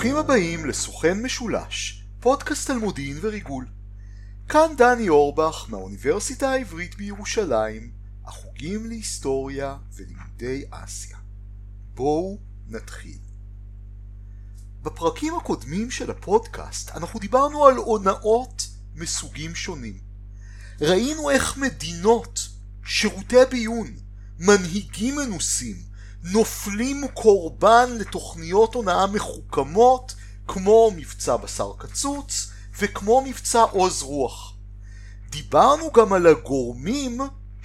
ברוכים הבאים לסוכן משולש, פודקאסט על מודיעין וריגול. כאן דני אורבך מהאוניברסיטה העברית בירושלים, החוגים להיסטוריה ולימודי אסיה. בואו נתחיל. בפרקים הקודמים של הפודקאסט אנחנו דיברנו על הונאות מסוגים שונים. ראינו איך מדינות, שירותי ביון, מנהיגים מנוסים, נופלים קורבן לתוכניות הונאה מחוכמות כמו מבצע בשר קצוץ וכמו מבצע עוז רוח. דיברנו גם על הגורמים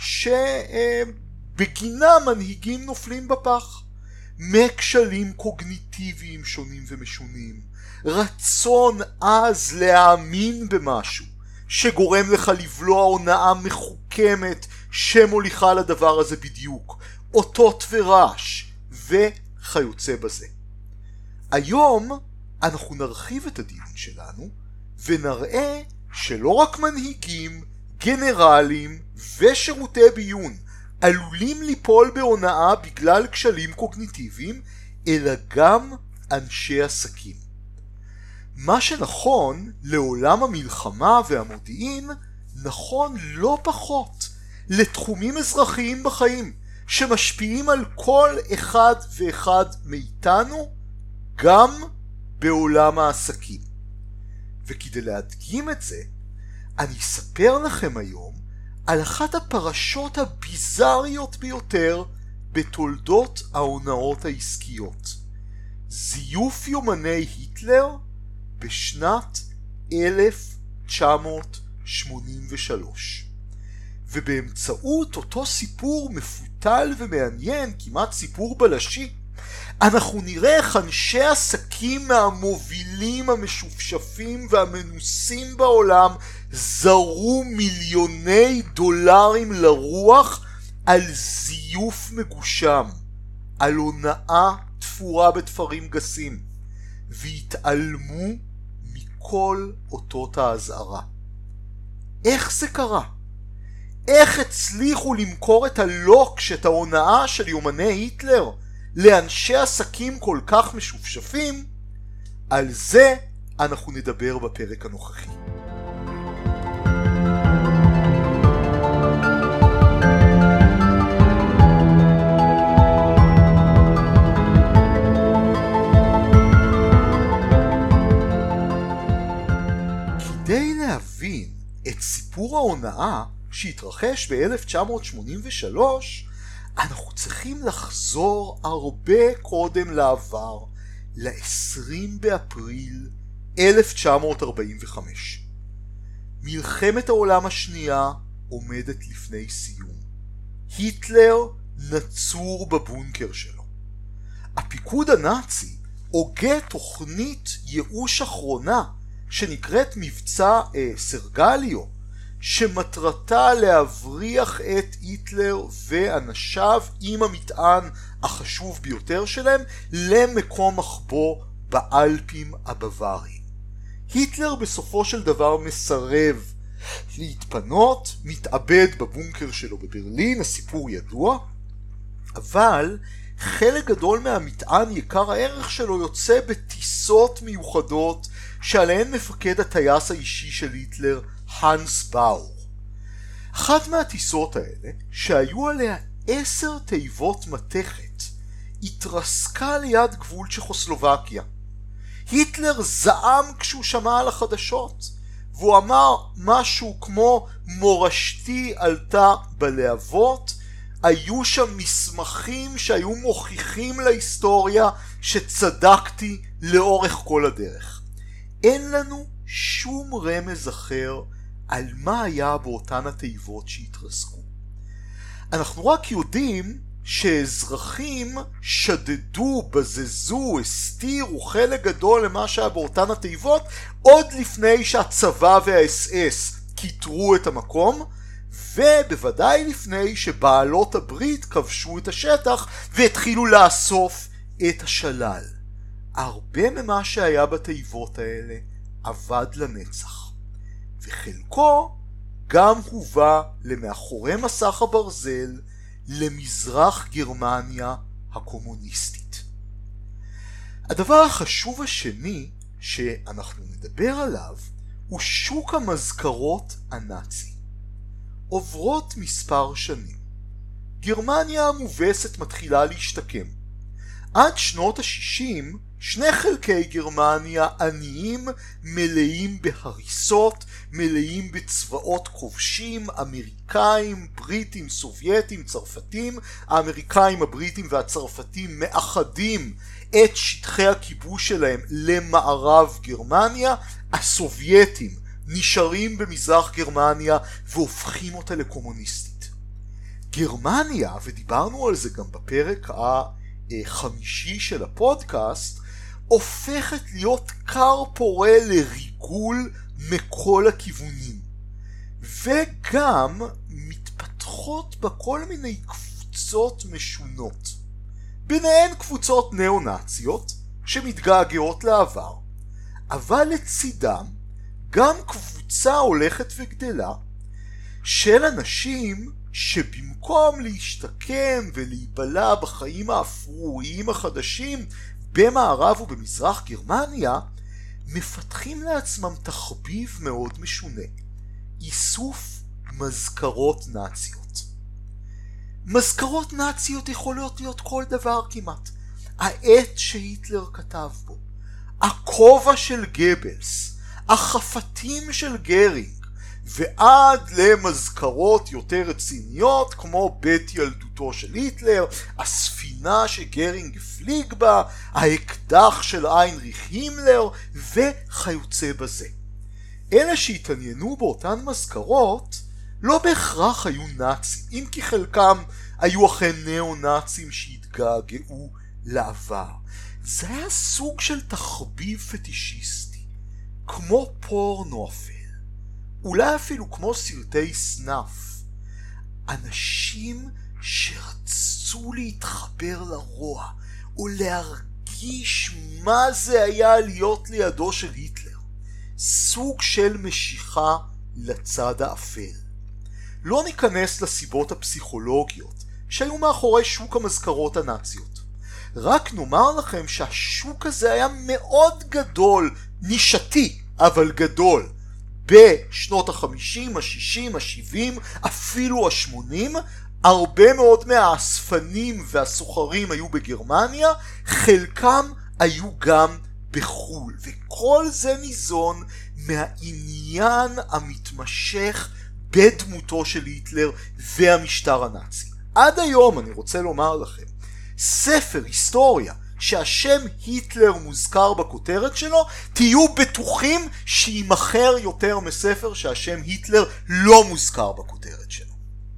שבגינם מנהיגים נופלים בפח. מכשלים קוגניטיביים שונים ומשונים, רצון עז להאמין במשהו שגורם לך לבלוע הונאה מחוכמת שמוליכה לדבר הזה בדיוק, אותות ורעש וכיוצא בזה. היום אנחנו נרחיב את הדיון שלנו ונראה שלא רק מנהיגים, גנרלים ושירותי ביון עלולים ליפול בהונאה בגלל כשלים קוגניטיביים, אלא גם אנשי עסקים. מה שנכון לעולם המלחמה והמודיעין נכון לא פחות לתחומים אזרחיים בחיים שמשפיעים על כל אחד ואחד מאיתנו, גם בעולם העסקים. וכדי להדגים את זה, אני אספר לכם היום על אחת הפרשות הביזריות ביותר בתולדות ההונאות העסקיות. זיוף יומני היטלר בשנת 1983. ובאמצעות אותו סיפור מפותל ומעניין, כמעט סיפור בלשי, אנחנו נראה איך אנשי עסקים מהמובילים המשופשפים והמנוסים בעולם זרו מיליוני דולרים לרוח על זיוף מגושם, על הונאה תפורה בתפרים גסים, והתעלמו מכל אותות האזהרה. איך זה קרה? איך הצליחו למכור את הלוקש, את ההונאה של יומני היטלר, לאנשי עסקים כל כך משופשפים? על זה אנחנו נדבר בפרק הנוכחי. כדי להבין את סיפור ההונאה שהתרחש ב-1983, אנחנו צריכים לחזור הרבה קודם לעבר, ל-20 באפריל 1945. מלחמת העולם השנייה עומדת לפני סיום. היטלר נצור בבונקר שלו. הפיקוד הנאצי הוגה תוכנית ייאוש אחרונה שנקראת מבצע סרגליו, שמטרתה להבריח את היטלר ואנשיו עם המטען החשוב ביותר שלהם למקום מחבוא באלפים הבוואריים. היטלר בסופו של דבר מסרב להתפנות, מתאבד בבונקר שלו בברלין, הסיפור ידוע, אבל חלק גדול מהמטען יקר הערך שלו יוצא בטיסות מיוחדות שעליהן מפקד הטייס האישי של היטלר, הנס באור. אחת מהטיסות האלה, שהיו עליה 10 תיבות מתכת, התרסקה ליד גבול צ'כוסלובקיה. היטלר זעם כשהוא שמע על החדשות, והוא אמר משהו כמו מורשתי עלתה בלהבות, היו שם מסמכים שהיו מוכיחים להיסטוריה שצדקתי לאורך כל הדרך. אין לנו שום רמז אחר על מה היה באותן התיבות שהתרסקו. אנחנו רק יודעים שאזרחים שדדו, בזזו, הסתירו חלק גדול למה שהיה באותן התיבות עוד לפני שהצבא והאס-אס כיתרו את המקום, ובוודאי לפני שבעלות הברית כבשו את השטח והתחילו לאסוף את השלל. הרבה ממה שהיה בתיבות האלה עבד לנצח, וחלקו גם הובא למאחורי מסך הברזל למזרח גרמניה הקומוניסטית. הדבר החשוב השני שאנחנו נדבר עליו הוא שוק המזכרות הנאצי. עוברות מספר שנים. גרמניה המובסת מתחילה להשתקם. עד שנות ה-60 שני חלקי גרמניה עניים, מלאים בהריסות, מלאים בצבאות כובשים, אמריקאים, בריטים, סובייטים, צרפתים. האמריקאים, הבריטים והצרפתים מאחדים את שטחי הכיבוש שלהם למערב גרמניה. הסובייטים נשארים במזרח גרמניה והופכים אותה לקומוניסטית. גרמניה, ודיברנו על זה גם בפרק החמישי של הפודקאסט, הופכת להיות כר פורה לריגול מכל הכיוונים, וגם מתפתחות בה כל מיני קבוצות משונות, ביניהן קבוצות נאו-נאציות שמתגעגעות לעבר, אבל לצידם גם קבוצה הולכת וגדלה של אנשים שבמקום להשתקם ולהיבלע בחיים האפרוריים החדשים במערב ובמזרח גרמניה, מפתחים לעצמם תחביב מאוד משונה: איסוף מזכרות נאציות. מזכרות נאציות יכולות להיות כל דבר כמעט. העט שהיטלר כתב בו, הכובע של גבלס, החפתים של גרינג, ועד למזכרות יותר רציניות כמו בית ילדותו של היטלר, הספינה שגרינג הפליג בה, האקדח של איינריך הימלר וכיוצא בזה. אלה שהתעניינו באותן מזכרות לא בהכרח היו נאצים, אם כי חלקם היו אכן נאו-נאצים שהתגעגעו לעבר. זה היה סוג של תחביב פטישיסטי, כמו פורנו אפל, אולי אפילו כמו סרטי סנאף. אנשים שרצו להתחבר לרוע או להרגיש מה זה היה להיות לידו של היטלר, סוג של משיכה לצד האפל. לא ניכנס לסיבות הפסיכולוגיות שהיו מאחורי שוק המזכרות הנאציות, רק נאמר לכם שהשוק הזה היה מאוד גדול, נישתי אבל גדול, בשנות ה-50, ה-60, ה-70, אפילו ה-80. הרבה מאוד מהאספנים והסוחרים היו בגרמניה, חלקם היו גם בחול, וכל זה ניזון מהעניין המתמשך בדמותו של היטלר והמשטר הנאצי. עד היום אני רוצה לומר לכם, ספר היסטוריה שהשם היטלר מוזכר בכותרת שלו, תהיו בטוחים שימחר יותר מספר שהשם היטלר לא מוזכר בכותרת שלו.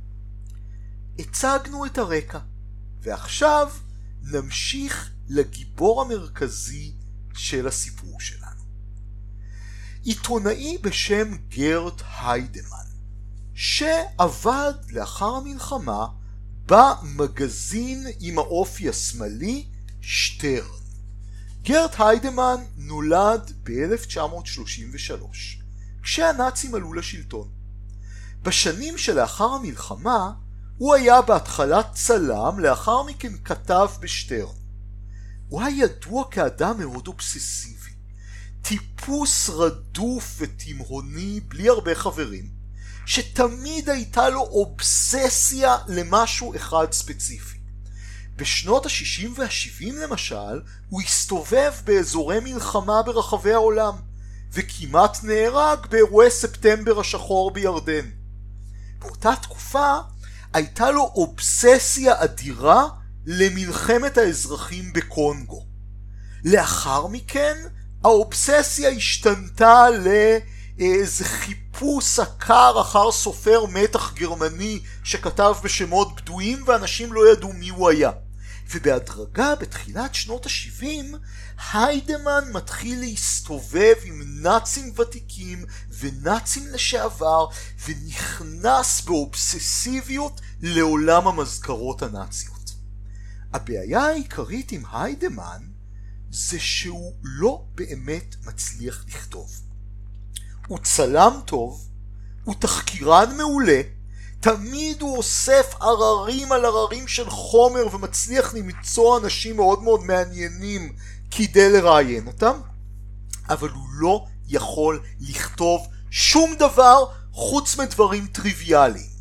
הצגנו את הרקע, ועכשיו נמשיך לגיבור המרכזי של הסיפור שלנו. עיתונאי בשם גרט היידמן, שעבד לאחר המלחמה במגזין עם האופי השמאלי שטרן. גרט היידמן נולד ב-1933, כשהנאצים עלו לשלטון. בשנים שלאחר המלחמה הוא היה בהתחלה צלם, לאחר מכן כתב בשטרן. הוא היה ידוע כאדם מאוד אובססיבי, טיפוס רדוף ותימהוני בלי הרבה חברים, שתמיד הייתה לו אובססיה למשהו אחד ספציפי. בשנות ה-60 וה-70 למשל, הוא הסתובב באזורי מלחמה ברחבי העולם, וכמעט נהרג באירועי ספטמבר השחור בירדן. באותה תקופה הייתה לו אובססיה אדירה למלחמת האזרחים בקונגו. לאחר מכן האובססיה השתנתה לאיזה חיפוש עקר אחר סופר מתח גרמני שכתב בשמות בדויים, ואנשים לא ידעו מי הוא היה. ובהדרגה בתחילת שנות ה-70 היידמן מתחיל להסתובב עם נאצים ותיקים ונאצים לשעבר, ונכנס באובססיביות לעולם המזכרות הנאציות. הבעיה העיקרית עם היידמן זה שהוא לא באמת מצליח לכתוב. הוא צלם טוב, הוא תחקירן מעולה, תמיד הוא אוסף עררים על עררים של חומר ומצליח למצוא אנשים מאוד מאוד מעניינים כדי לראיין אותם, אבל הוא לא יכול לכתוב שום דבר חוץ מדברים טריוויאליים.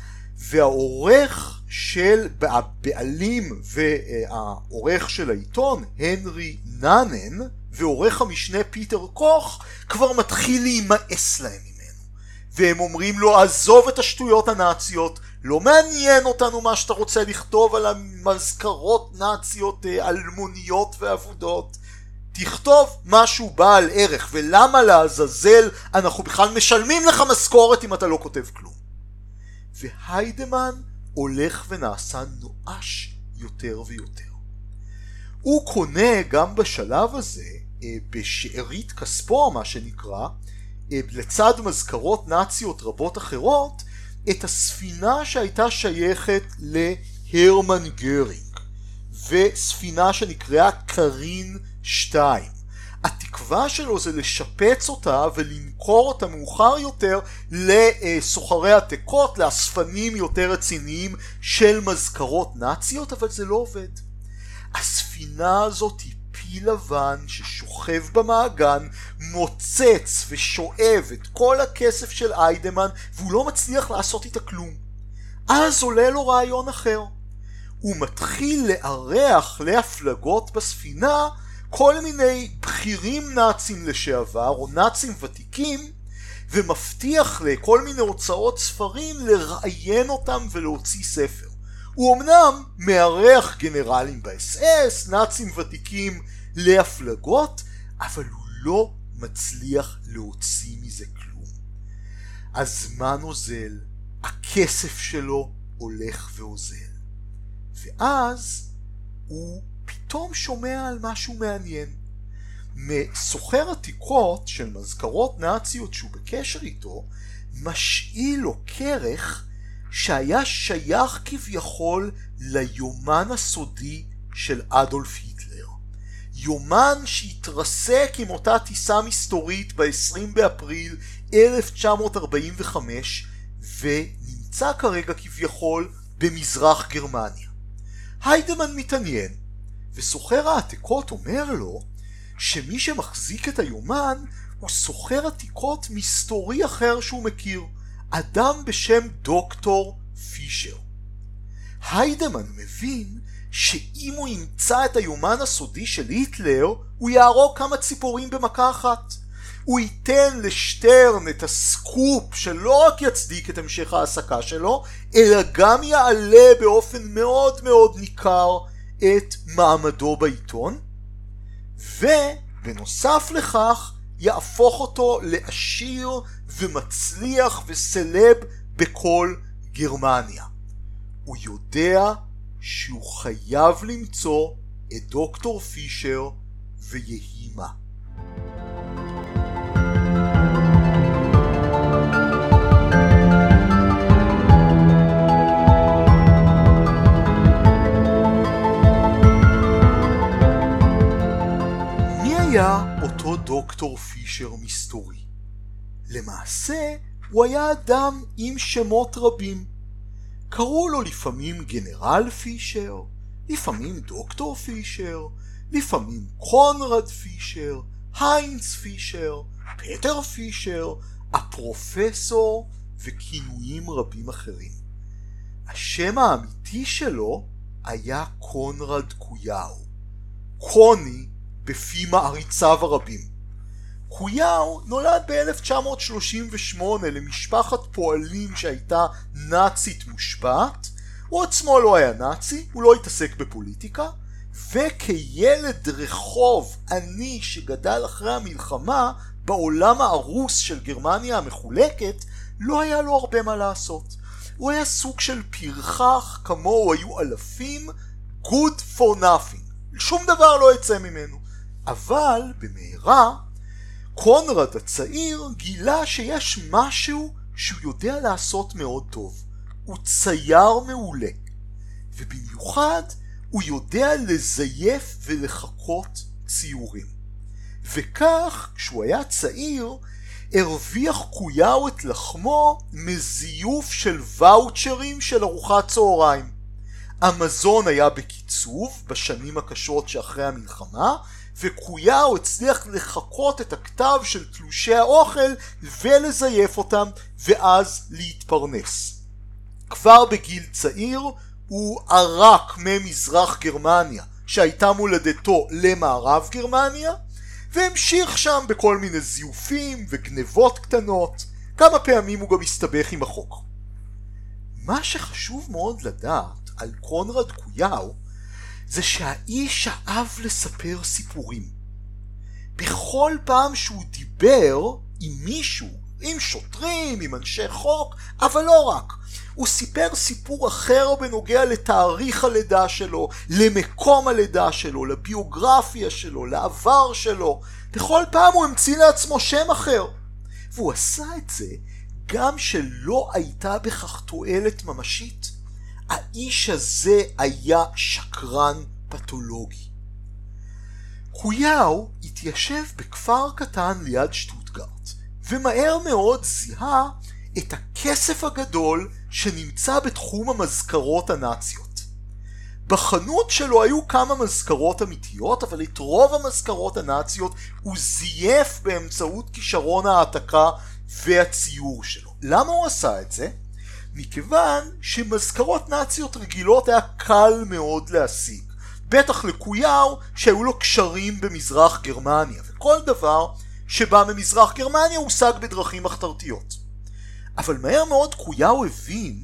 והעורך של הבעלים והעורך של העיתון, הנרי נאנן, ועורך המשנה פיטר קוך, כבר מתחיל להימאס להם ממנו. והם אומרים לו, עזוב את השטויות הנאציות, לא מעניין אותנו מה שאתה רוצה לכתוב על המזכרות נאציות אלמוניות ועבודות. תכתוב משהו בעל ערך, ולמה לעזאזל אנחנו בכלל משלמים לך משכורת אם אתה לא כותב כלום. והיידמן הולך ונעשה נואש יותר ויותר. הוא קונה גם בשלב הזה, בשארית כספו מה שנקרא, לצד מזכרות נאציות רבות אחרות, את הספינה שהייתה שייכת להרמן גרינג, וספינה שנקראה קרין 2. התקווה שלו זה לשפץ אותה ולמכור אותה מאוחר יותר לסוחרי עתיקות, לאספנים יותר רציניים של מזכרות נאציות, אבל זה לא עובד. הספינה הזאת היא פיל לבן ששוכב במעגן, מוצץ ושואב את כל הכסף של היידמן, והוא לא מצליח לעשות איתה כלום. אז עולה לו רעיון אחר. הוא מתחיל לארח להפלגות בספינה כל מיני בכירים נאצים לשעבר או נאצים ותיקים, ומבטיח לכל מיני הוצאות ספרים לראיין אותם ולהוציא ספר. הוא אמנם מארח גנרלים ב-SS, נאצים ותיקים להפלגות, אבל הוא לא מצליח להוציא מזה כלום. הזמן אוזל, הכסף שלו הולך ואוזל. ואז הוא פתאום שומע על משהו מעניין. מסוחר עתיקות של מזכרות נאציות שהוא בקשר איתו, משאיל לו כרך שהיה שייך כביכול ליומן הסודי של אדולף היטלר. יומן שהתרסק עם אותה טיסה מסתורית ב-20 באפריל 1945 ונמצא כרגע כביכול במזרח גרמניה. היידמן מתעניין, וסוחר העתיקות אומר לו שמי שמחזיק את היומן הוא סוחר עתיקות מסתורי אחר שהוא מכיר, אדם בשם דוקטור פישר. היידמן מבין שאם הוא ימצא את היומן הסודי של היטלר, הוא יהרוג כמה ציפורים במכה אחת. הוא ייתן לשטרן את הסקופ שלא רק יצדיק את המשך העסקה שלו, אלא גם יעלה באופן מאוד מאוד ניכר את מעמדו בעיתון, ובנוסף לכך יהפוך אותו לעשיר ומצליח וסלב בכל גרמניה. הוא יודע שהוא חייב למצוא את דוקטור פישר ויהי מה. מי היה אותו דוקטור פישר מסתורי? למעשה הוא היה אדם עם שמות רבים. קראו לו לפעמים גנרל פישר, לפעמים דוקטור פישר, לפעמים קונרד פישר, היינץ פישר, פטר פישר, הפרופסור וכינויים רבים אחרים. השם האמיתי שלו היה קונרד קויאו, קוני בפי מעריציו הרבים. קויאו נולד ב-1938 למשפחת פועלים שהייתה נאצית מושבעת. הוא עצמו לא היה נאצי, הוא לא התעסק בפוליטיקה, וכילד רחוב עני שגדל אחרי המלחמה בעולם הרוס של גרמניה המחולקת, לא היה לו הרבה מה לעשות. הוא היה סוג של פרחח, כמוהו היו אלפים, good for nothing. שום דבר לא יצא ממנו. אבל במהרה קונרד הצעיר גילה שיש משהו שהוא יודע לעשות מאוד טוב. הוא צייר מעולה, ובמיוחד הוא יודע לזייף ולחקות ציורים. וכך, כשהוא היה צעיר, הרוויח קויאו את לחמו מזיוף של ואוצ'רים של ארוחת צהריים. המזון היה בקיצוב בשנים הקשות שאחרי המלחמה, וקויאו הצליח לחקות את הכתב של תלושי האוכל ולזייף אותם ואז להתפרנס. כבר בגיל צעיר הוא ערק ממזרח גרמניה שהייתה מולדתו למערב גרמניה, והמשיך שם בכל מיני זיופים וגנבות קטנות. כמה פעמים הוא גם הסתבך עם החוק. מה שחשוב מאוד לדעת על קונרד קויאו זה שהאיש אהב לספר סיפורים. בכל פעם שהוא דיבר עם מישהו, עם שוטרים, עם אנשי חוק, אבל לא רק, הוא סיפר סיפור אחר בנוגע לתאריך הלידה שלו, למקום הלידה שלו, לביוגרפיה שלו, לעבר שלו. בכל פעם הוא המציא לעצמו שם אחר. והוא עשה את זה גם שלא הייתה בכך תועלת ממשית. האיש הזה היה שקרן פתולוגי. קויאו התיישב בכפר קטן ליד שטוטגרט, ומהר מאוד זיהה את הכסף הגדול שנמצא בתחום המזכרות הנאציות. בחנות שלו היו כמה מזכרות אמיתיות, אבל את רוב המזכרות הנאציות הוא זייף באמצעות כישרון העתקה והציור שלו. למה הוא עשה את זה? מכיוון שמזכרות נאציות רגילות היה קל מאוד להשיג. בטח לקויאו שהיו לו קשרים במזרח גרמניה, וכל דבר שבא ממזרח גרמניה הושג בדרכים מחתרתיות. אבל מהר מאוד קויאו הבין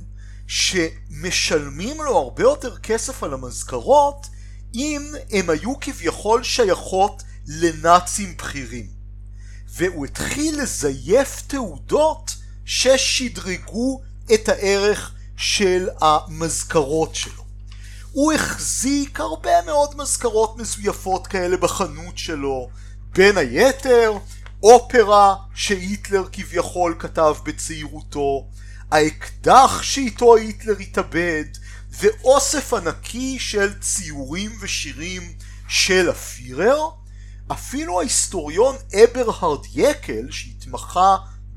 שמשלמים לו הרבה יותר כסף על המזכרות אם הם היו כביכול שייכות לנאצים בכירים. והוא התחיל לזייף תעודות ששדרגו את הערך של המזכרות שלו. הוא החזיק הרבה מאוד מזכרות מזויפות כאלה בחנות שלו, בין היתר אופרה שהיטלר כביכול כתב בצעירותו, האקדח שאיתו היטלר התאבד, ואוסף ענקי של ציורים ושירים של הפירר. אפילו ההיסטוריון אברהרד יקל שהתמחה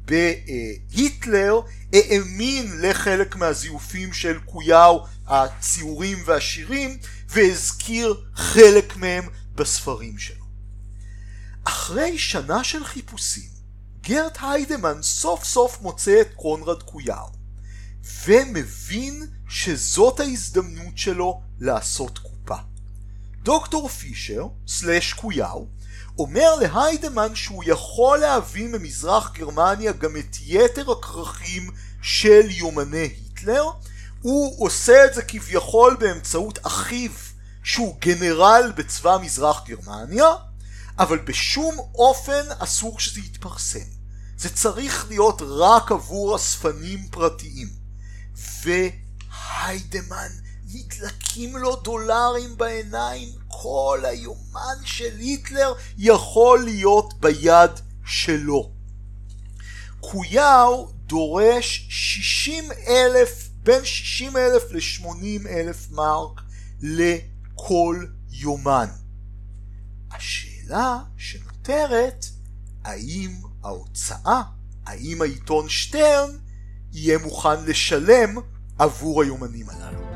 בהיטלר האמין לחלק מהזיופים של קויאו, הציורים והשירים, והזכיר חלק מהם בספרים שלו. אחרי שנה של חיפושים, גרט היידמן סוף סוף מוצא את קונרד קויאו, ומבין שזאת ההזדמנות שלו לעשות קופה. דוקטור פישר, קויאו, אומר להיידמן שהוא יכול להביא ממזרח גרמניה גם את יתר הכרכים של יומני היטלר. הוא עושה את זה כביכול באמצעות אחיו שהוא גנרל בצבא מזרח גרמניה, אבל בשום אופן אסור שזה יתפרסם. זה צריך להיות רק עבור אספנים פרטיים. והיידמן נדלקים לו דולרים בעיניים. כל היומן של היטלר יכול להיות ביד שלו. קויאו דורש 60,000, בין 60,000 ל-80,000 מרק לכל יומן. השאלה שנותרת, האם ההוצאה, האם העיתון שטרן יהיה מוכן לשלם עבור היומנים הללו?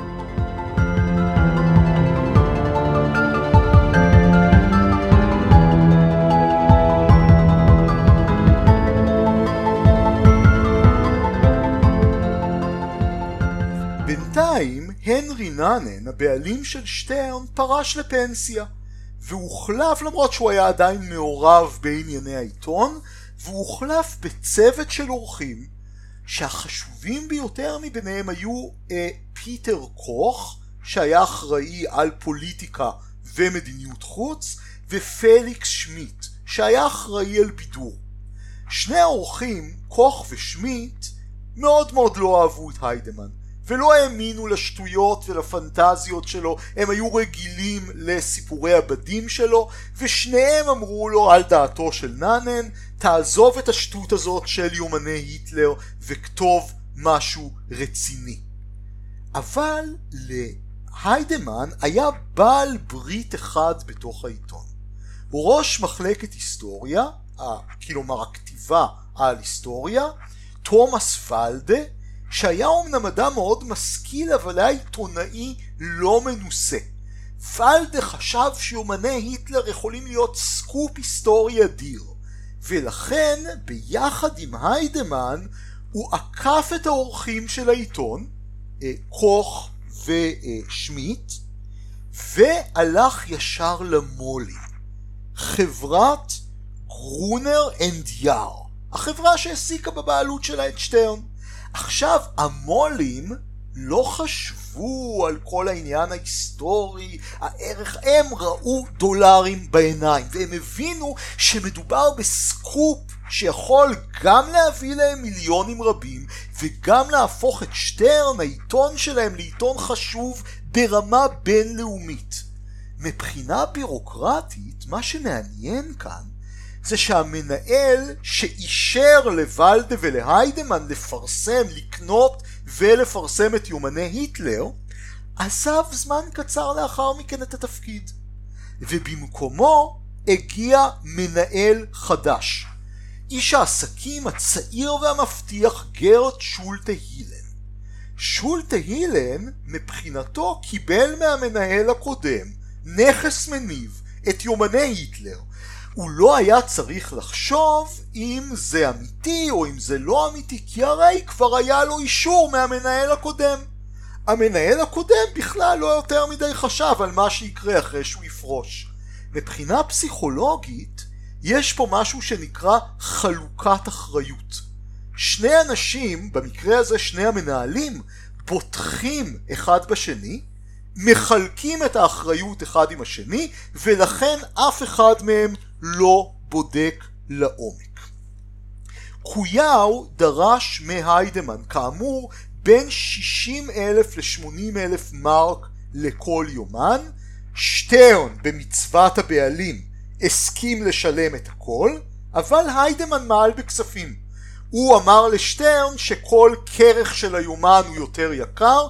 בינתיים הנרי נאנן, הבעלים של שטרן, פרש לפנסיה, והוחלף, למרות שהוא היה עדיין מעורב בענייני העיתון, והוחלף בצוות של אורחים שהחשובים ביותר מביניהם היו פיטר קוך, שהיה אחראי על פוליטיקה ומדיניות חוץ, ופליקס שמיט, שהיה אחראי על בידור. שני האורחים, קוך ושמיט, מאוד מאוד לא אהבו את היידמן, ולא האמינו לשטויות ולפנטזיות שלו. הם היו רגילים לסיפורי הבדים שלו, ושניהם אמרו לו על דעתו של נאנן, תעזוב את השטות הזאת של יומני היטלר וכתוב משהו רציני. אבל להיידמן היה בעל ברית אחד בתוך העיתון. הוא ראש מחלקת היסטוריה, כלומר הכתיבה על היסטוריה, תומאס ולדה, שהיה אומנם אדם מאוד משכיל אבל היה עיתונאי לא מנוסה. ולדה חשב שיומני היטלר יכולים להיות סקופ היסטורי אדיר, ולכן ביחד עם היידמן הוא עקף את האורחים של העיתון, קוך ושמיט, והלך ישר למולים, חברת גרונר אנד יאר, החברה שהעסיקה בבעלות שלה את שטרן. עכשיו המולים לא חשבו על כל העניין ההיסטורי, הערך, הם ראו דולרים בעיניים, והם הבינו שמדובר בסקופ שיכול גם להביא להם מיליונים רבים, וגם להפוך את שטרן, העיתון שלהם, לעיתון חשוב ברמה בינלאומית. מבחינה בירוקרטית, מה שמעניין כאן, זה שהמנהל שאישר לוולדה ולהיידמן לפרסם, לקנות ולפרסם את יומני היטלר, עזב זמן קצר לאחר מכן את התפקיד. ובמקומו הגיע מנהל חדש, איש העסקים הצעיר והמבטיח גרט שולטה הילן. שולטה הילן מבחינתו קיבל מהמנהל הקודם נכס מניב, את יומני היטלר. הוא לא היה צריך לחשוב אם זה אמיתי או אם זה לא אמיתי, כי הרי כבר היה לו אישור מהמנהל הקודם. המנהל הקודם בכלל לא יותר מדי חשב על מה שיקרה אחרי שהוא יפרוש. מבחינה פסיכולוגית יש פה משהו שנקרא חלוקת אחריות. שני אנשים, במקרה הזה שני המנהלים, בוטחים אחד בשני, מחלקים את האחריות אחד עם השני, ולכן אף אחד מהם לא בודק לעומק. קויאו דרש מהיידמן כאמור בין 60,000 ל-80,000 מרק לכל יומן. שטרן במצוות הבעלים הסכים לשלם את הכל, אבל היידמן מעל בכספים. הוא אמר לשטרן שכל כרך של היומן הוא יותר יקר,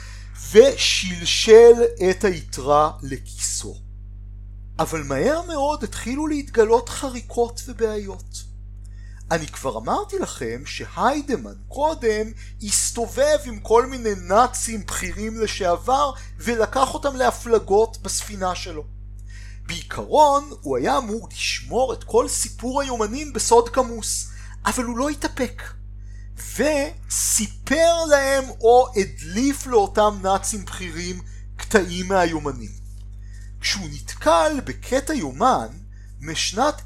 ושלשל את היתרה לכיסו. אבל מהר מאוד התחילו להתגלות חריקות ובעיות. אני כבר אמרתי לכם שהיידמן קודם הסתובב עם כל מיני נאצים בכירים לשעבר ולקח אותם להפלגות בספינה שלו. בעיקרון הוא היה אמור לשמור את כל סיפור היומנים בסוד כמוס, אבל הוא לא התאפק וסיפר להם או הדליף לאותם נאצים בכירים קטעים מהיומנים. כשהוא נתקל בקטע יומן משנת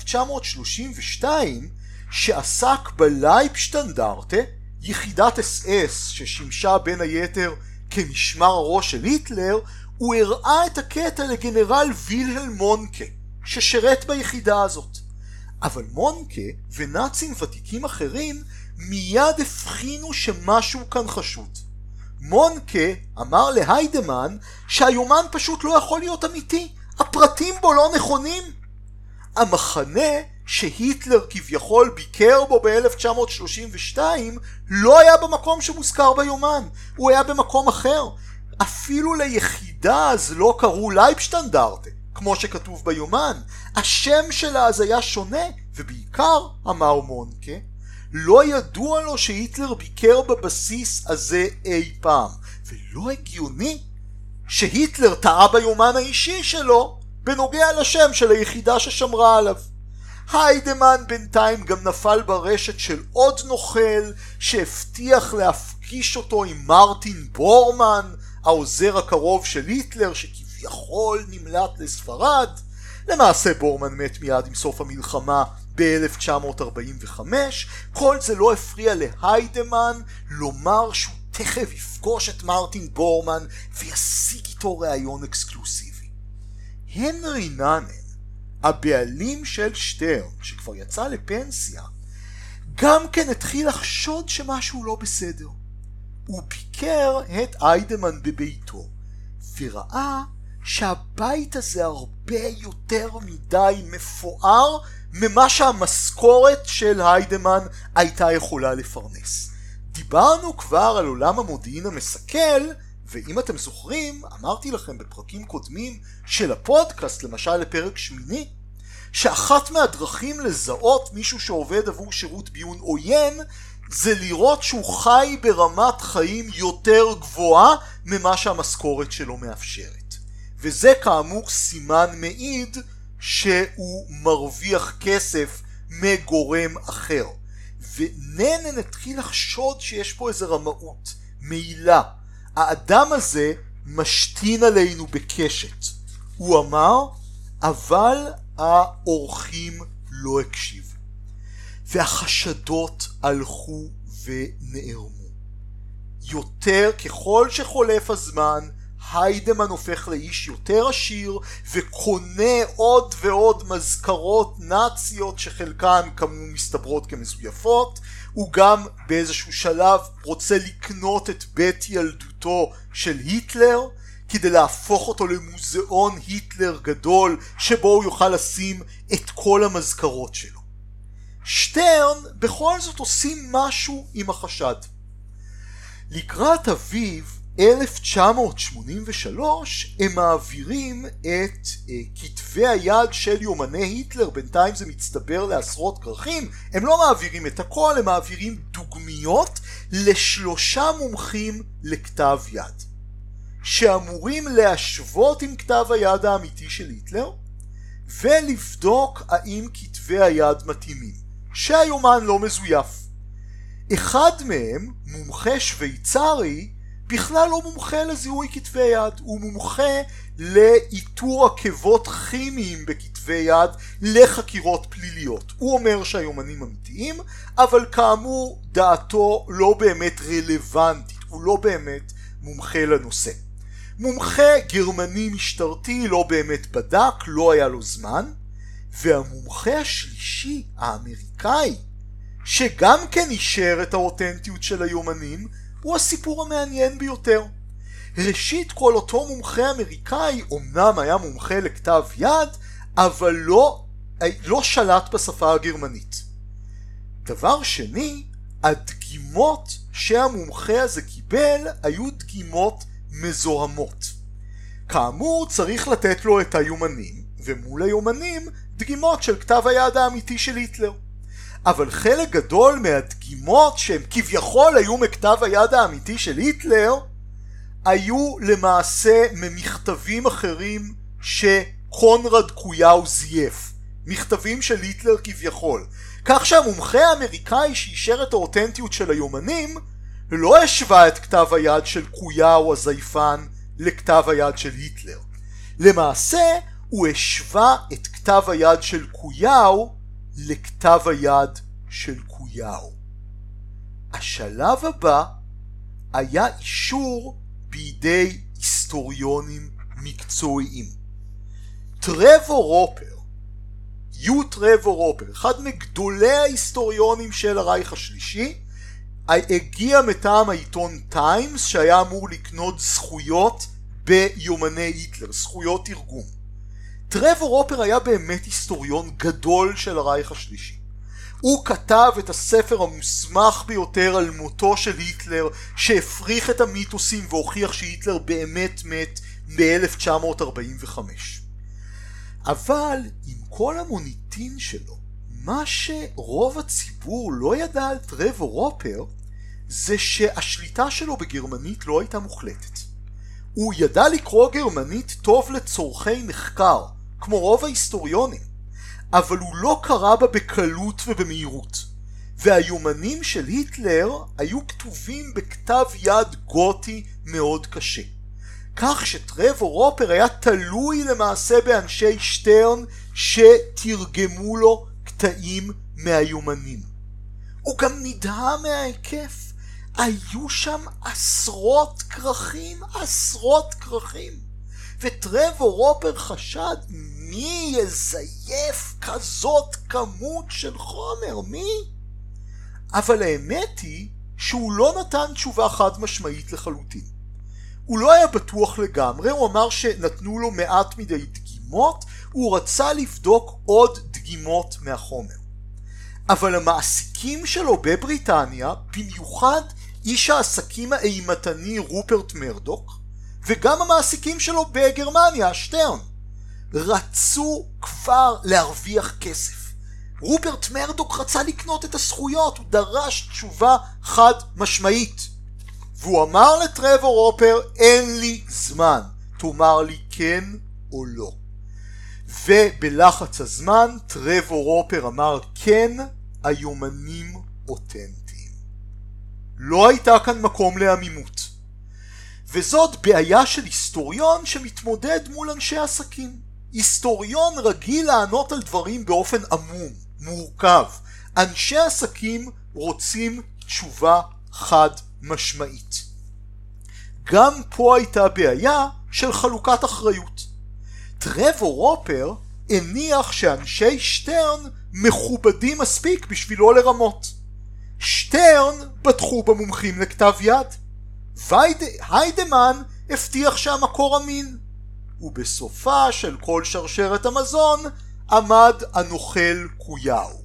1932 שעסק בלייבשטנדרטה, יחידת אס-אס ששימשה בין היתר כמשמר הראש של היטלר, הוא הראה את הקטע לגנרל וילהלם מונקה ששרת ביחידה הזאת. אבל מונקה ונאצים ותיקים אחרים מיד הבחינו שמשהו כאן חשוד. מונקה אמר להיידמן שהיומן פשוט לא יכול להיות אמיתי, הפרטים בו לא נכונים. המחנה שהיטלר כביכול ביקר בו ב-1932 לא היה במקום שמוזכר ביומן, הוא היה במקום אחר. אפילו ליחידה אז לא קראו לייבשטנדרטה כמו שכתוב ביומן, השם שלה אז היה שונה, ובעיקר, אמר מונקה, לא ידוע לו שהיטלר ביקר בבסיס הזה אי פעם, ולא הגיוני שהיטלר טעה ביומן האישי שלו בנוגע לשם של היחידה ששמרה עליו. היידמן בינתיים גם נפל ברשת של עוד נוכל שהבטיח להפגיש אותו עם מרטין בורמן, העוזר הקרוב של היטלר שכביכול נמלט לספרד. למעשה בורמן מת מיד עם סוף המלחמה ב-1945. כל זה לא הפריע להיידמן לומר שהוא תכף יפגוש את מרטין בורמן וישיג איתו ראיון אקסקלוסיבי. הנרי נאנן, הבעלים של שטרן שכבר יצא לפנסיה, גם כן התחיל לחשוד שמשהו לא בסדר. הוא ביקר את היידמן בביתו וראה שהבית הזה הרבה יותר מדי מפואר ממה שהמשכורת של היידמן הייתה יכולה לפרנס. דיברנו כבר על עולם המודיעין המסכל, ואם אתם זוכרים, אמרתי לכם בפרקים קודמים של הפודקאסט, למשל לפרק 8, שאחת מהדרכים לזהות מישהו שעובד עבור שירות ביון עוין זה לראות שהוא חי ברמת חיים יותר גבוהה ממה שהמשכורת שלו מאפשרת. וזה כאמור סימן מעיד שהוא מרוויח כסף מגורם אחר. ונתחיל לחשוד שיש פה איזה רמאות, מעילה. האדם הזה משתין עלינו בקשת. הוא אמר, אבל האורחים לא הקשיבו. והחשדות הלכו ונערמו. יותר ככל שחולף הזמן, היידמן הופך לאיש יותר עשיר וקונה עוד ועוד מזכרות נאציות שחלקן כמובן מסתברות כמזויפות. הוא גם באיזשהו שלב רוצה לקנות את בית ילדותו של היטלר כדי להפוך אותו למוזיאון היטלר גדול שבו הוא יוכל לשים את כל המזכרות שלו. שטרן בכל זאת עושים משהו עם החשד. לקראת אביב 1983 הם מעבירים את כתבי היד של יומני היטלר, בינתיים זה מצטבר לעשרות כרכים, הם לא מעבירים את הכל, הם מעבירים דוגמיות לשלושה מומחים לכתב יד, שאמורים להשוות עם כתב היד האמיתי של היטלר, ולבדוק האם כתבי היד מתאימים, שהיומן לא מזויף. אחד מהם, מומחה שוויצרי, בכלל לא מומחה לזיהוי כתבי יד, הוא מומחה לאיתור עקבות כימיים בכתבי יד לחקירות פליליות. הוא אומר שהיומנים אמיתיים, אבל כאמור דעתו לא באמת רלוונטית, הוא לא באמת מומחה לנושא. מומחה גרמני משטרתי לא באמת בדק, לא היה לו זמן, והמומחה השלישי, האמריקאי, שגם כן אישר את האותנטיות של היומנים, הוא הסיפור המעניין ביותר. ראשית כל, אותו מומחה אמריקאי אומנם היה מומחה לכתב יד, אבל לא שלט בשפה הגרמנית. דבר שני, הדגימות שהמומחה הזה קיבל היו דגימות מזוהמות. כאמור צריך לתת לו את היומנים, ומול היומנים דגימות של כתב היד האמיתי של היטלר. אבל חלק גדול מהדגימות שהם כביכול היו מכתב היד האמיתי של היטלר, היו למעשה ממכתבים אחרים שקונרד קויאו זייף. מכתבים של היטלר כביכול. כך שהמומחה האמריקאי שאישר את האותנטיות של היומנים, לא השווה את כתב היד של קויאו הזייפן לכתב היד של היטלר. למעשה הוא השווה את כתב היד של קויאו לכתב היד של קויאו. השלב הבא היה אישור בידי היסטוריונים מקצועיים. טרוור רופר, אחד מגדולי ההיסטוריונים של הרייך השלישי, הגיע מטעם העיתון טיימס שהיה אמור לקנות זכויות ביומני היטלר, זכויות תרגום. טרוור רופר היה באמת היסטוריון גדול של הרייך השלישי. הוא כתב את הספר המוסמך ביותר על מותו של היטלר, שהפריך את המיתוסים והוכיח שהיטלר באמת מת ב-1945. אבל עם כל המוניטין שלו, מה שרוב הציבור לא ידע על טרוור רופר, זה שהשליטה שלו בגרמנית לא הייתה מוחלטת. הוא ידע לקרוא גרמנית טוב לצורכי מחקר, כמו רוב ההיסטוריונים, אבל הוא לא קרא בה בקלות ובמהירות. והיומנים של היטלר היו כתובים בכתב יד גותי מאוד קשה. כך שטרוור רופר היה תלוי למעשה באנשי שטרן שתרגמו לו קטעים מהיומנים. הוא גם נדהם מההיקף. היו שם עשרות כרכים. וטרוור רופר חשד, מי יזייף כזאת כמות של חומר? מי? אבל האמת היא שהוא לא נתן תשובה חד משמעית לחלוטין. הוא לא היה בטוח לגמרי, הוא אמר שנתנו לו מעט מדי דגימות, הוא רצה לבדוק עוד דגימות מהחומר. אבל המעסיקים שלו בבריטניה, במיוחד איש העסקים האימתני רופרט מרדוק, וגם המעסיקים שלו בגרמניה, שטרן, רצו כבר להרוויח כסף. רופרט מרדוק רצה לקנות את הזכויות, הוא דרש תשובה חד משמעית. והוא אמר לטרוור הופר, אין לי זמן, תאמר לי כן או לא. ובלחץ הזמן טרוור הופר אמר כן, היומנים אותנטיים. לא הייתה כאן מקום לעמימות. וזאת בעיה של היסטוריון שמתמודד מול אנשי עסקים. היסטוריון רגיל לענות על דברים באופן עמום, מורכב. אנשי עסקים רוצים תשובה חד משמעית. גם פה הייתה בעיה של חלוקת אחריות. טרוור הופר הניח שאנשי שטרן מכובדים מספיק בשבילו לרמות. שטרן בטחו במומחים לכתב יד. היידמן הבטיח שהמקור אמין. ובסופה של כל שרשרת המזון עמד הנוכל קויאו.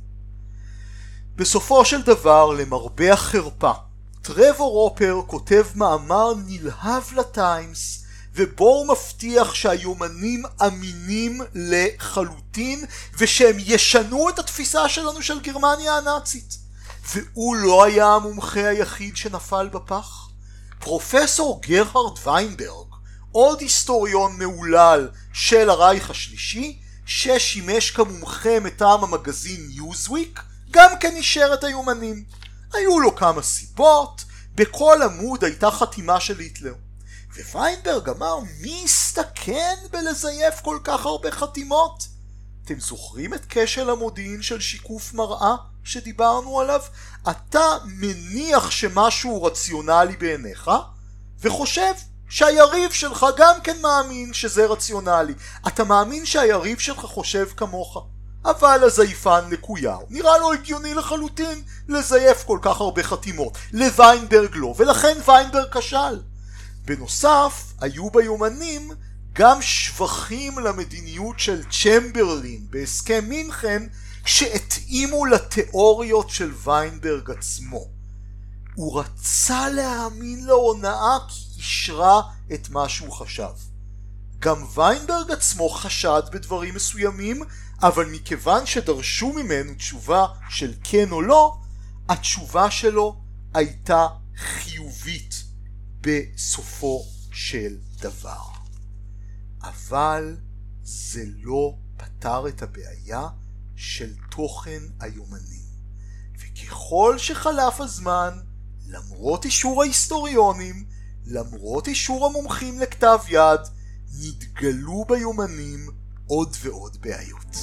בסופו של דבר, למרבה החרפה, טרוור הופר כותב מאמר נלהב לטיימס, ובו הוא מבטיח שהיומנים אמינים לחלוטין, ושהם ישנו את התפיסה שלנו של גרמניה הנאצית. והוא לא היה המומחה היחיד שנפל בפח. פרופסור גרהרד ויינברג, עוד היסטוריון מעולל של הרייך השלישי, ששימש כמומחה מטעם המגזין ניוזוויק, גם כן אישר את היומנים. היו לו כמה סיבות, בכל עמוד הייתה חתימה של היטלר. וויינברג אמר, מי הסתכן בלזייף כל כך הרבה חתימות? אתם זוכרים את כשל המודיעין של שיקוף מראה שדיברנו עליו? אתה מניח שמשהו רציונלי בעיניך, וחושב שהיריב שלך גם כן מאמין שזה רציונלי. אתה מאמין שהיריב שלך חושב כמוך. אבל הזייפן לקויאו נראה לו הגיוני לחלוטין לזייף כל כך הרבה חתימות. לוויינברג לא, ולכן ויינברג כשל. בנוסף, היו ביומנים גם שבחים למדיניות של צ'מברלין בהסכם מינכן שהתאימו לתיאוריות של ויינברג עצמו. הוא רצה להאמין להונאה כי אישרה את מה שהוא חשב. גם ויינברג עצמו חשד בדברים מסוימים, אבל מכיוון שדרשו ממנו תשובה של כן או לא, התשובה שלו הייתה חיובית בסופו של דבר. אבל זה לא פתר את הבעיה של תוכן היומנים. וככל שחלף הזמן, למרות אישור ההיסטוריונים, למרות אישור המומחים לכתב יד, נתגלו ביומנים עוד ועוד בעיות.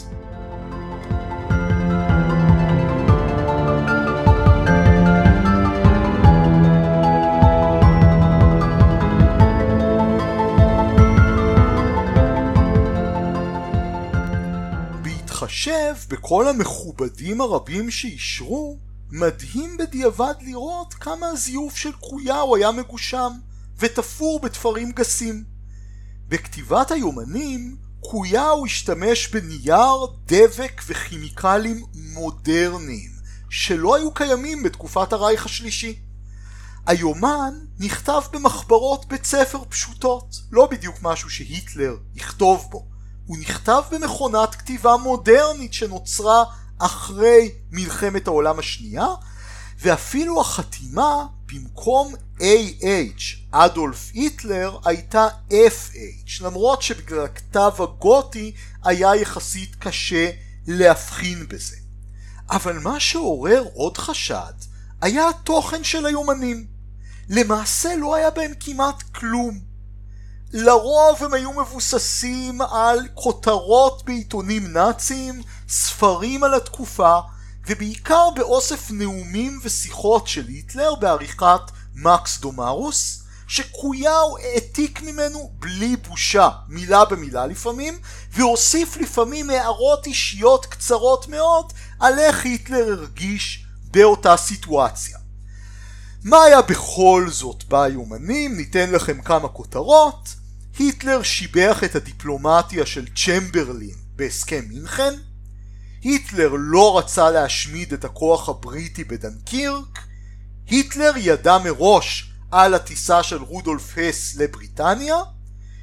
בהתחשב בכל המכובדים הרבים שאישרו, מדהים בדיעבד לראות כמה הזיוף של קויאו היה מגושם ותפור בתפרים גסים. בכתיבת היומנים, קויאו השתמש בנייר, דבק וכימיקלים מודרניים שלא היו קיימים בתקופת הרייך השלישי. היומן נכתב במחברות בית ספר פשוטות, לא בדיוק משהו שהיטלר יכתוב בו. הוא נכתב במכונת כתיבה מודרנית שנוצרה אחרי מלחמת העולם השנייה, ואפילו החתימה במקום AH אדולף היטלר הייתה FH, למרות שבגלל הכתב הגותי היה יחסית קשה להבחין בזה. אבל מה שעורר עוד חשד היה התוכן של היומנים. למעשה לא היה בהם כמעט כלום. לרוב הם היו מבוססים על כותרות בעיתונים נאציים, ספרים על התקופה, ובעיקר באוסף נאומים ושיחות של היטלר בעריכת מקס דומרוס, שקויאו העתיק ממנו בלי בושה, מילה במילה לפעמים, והוסיף לפעמים הערות אישיות קצרות מאוד על איך היטלר הרגיש באותה סיטואציה. מה היה בכל זאת ביומנים? ניתן לכם כמה כותרות. היטלר שיבח את הדיפלומטיה של צ'מברלין בהסכם מינכן. היטלר לא רצה להשמיד את הכוח הבריטי בדנקירק. היטלר ידע מראש על הטיסה של רודולף הס לבריטניה.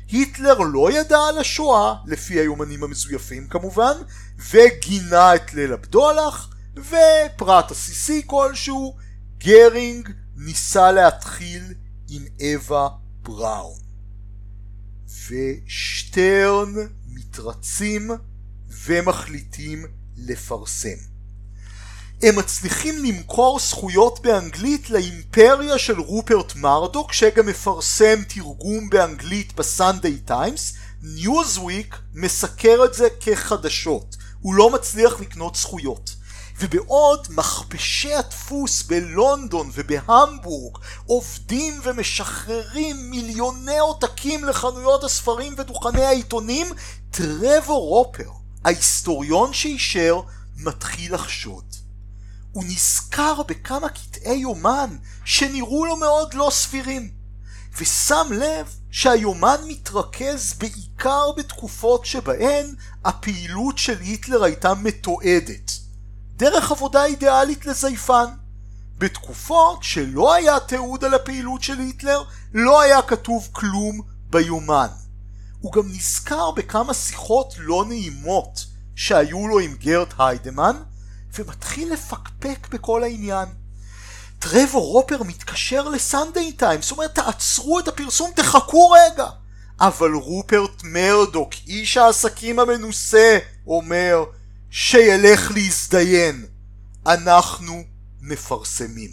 היטלר לא ידע על השואה, לפי היומנים המזויפים כמובן, וגינה את ליל הבדולח, ופרט עסיסי כלשהו, גרינג ניסה להתחיל עם אווה בראון. ושטרן מתרצים ומחליטים לפרסם. הם מצליחים למכור זכויות באנגלית לאימפריה של רופרט מרדוק, שגם מפרסם תרגום באנגלית בסנדיי טיימס. ניוזוויק מסקר את זה כחדשות. הוא לא מצליח לקנות זכויות. ובעוד מכבשי הדפוס בלונדון ובהמבורג עובדים ומשחררים מיליוני עותקים לחנויות הספרים ודוכני העיתונים, טרוור רופר, ההיסטוריון שאישר, מתחיל לחשוד. הוא נזכר בכמה קטעי יומן שנראו לו מאוד לא סבירים, ושם לב שהיומן מתרכז בעיקר בתקופות שבהן הפעילות של היטלר הייתה מתועדת. דרך עבודה אידיאלית לזייפן. בתקופות שלא היה תיעוד על הפעילות של היטלר, לא היה כתוב כלום ביומן. הוא גם נזכר בכמה שיחות לא נעימות שהיו לו עם גרט היידמן, ומתחיל לפקפק בכל העניין. טרוור רופר מתקשר לסנדיי טיימס, אומר תעצרו את הפרסום, תחכו רגע. אבל רופרט מרדוק, איש העסקים המנוסה, אומר שילך להזדיין. אנחנו מפרסמים.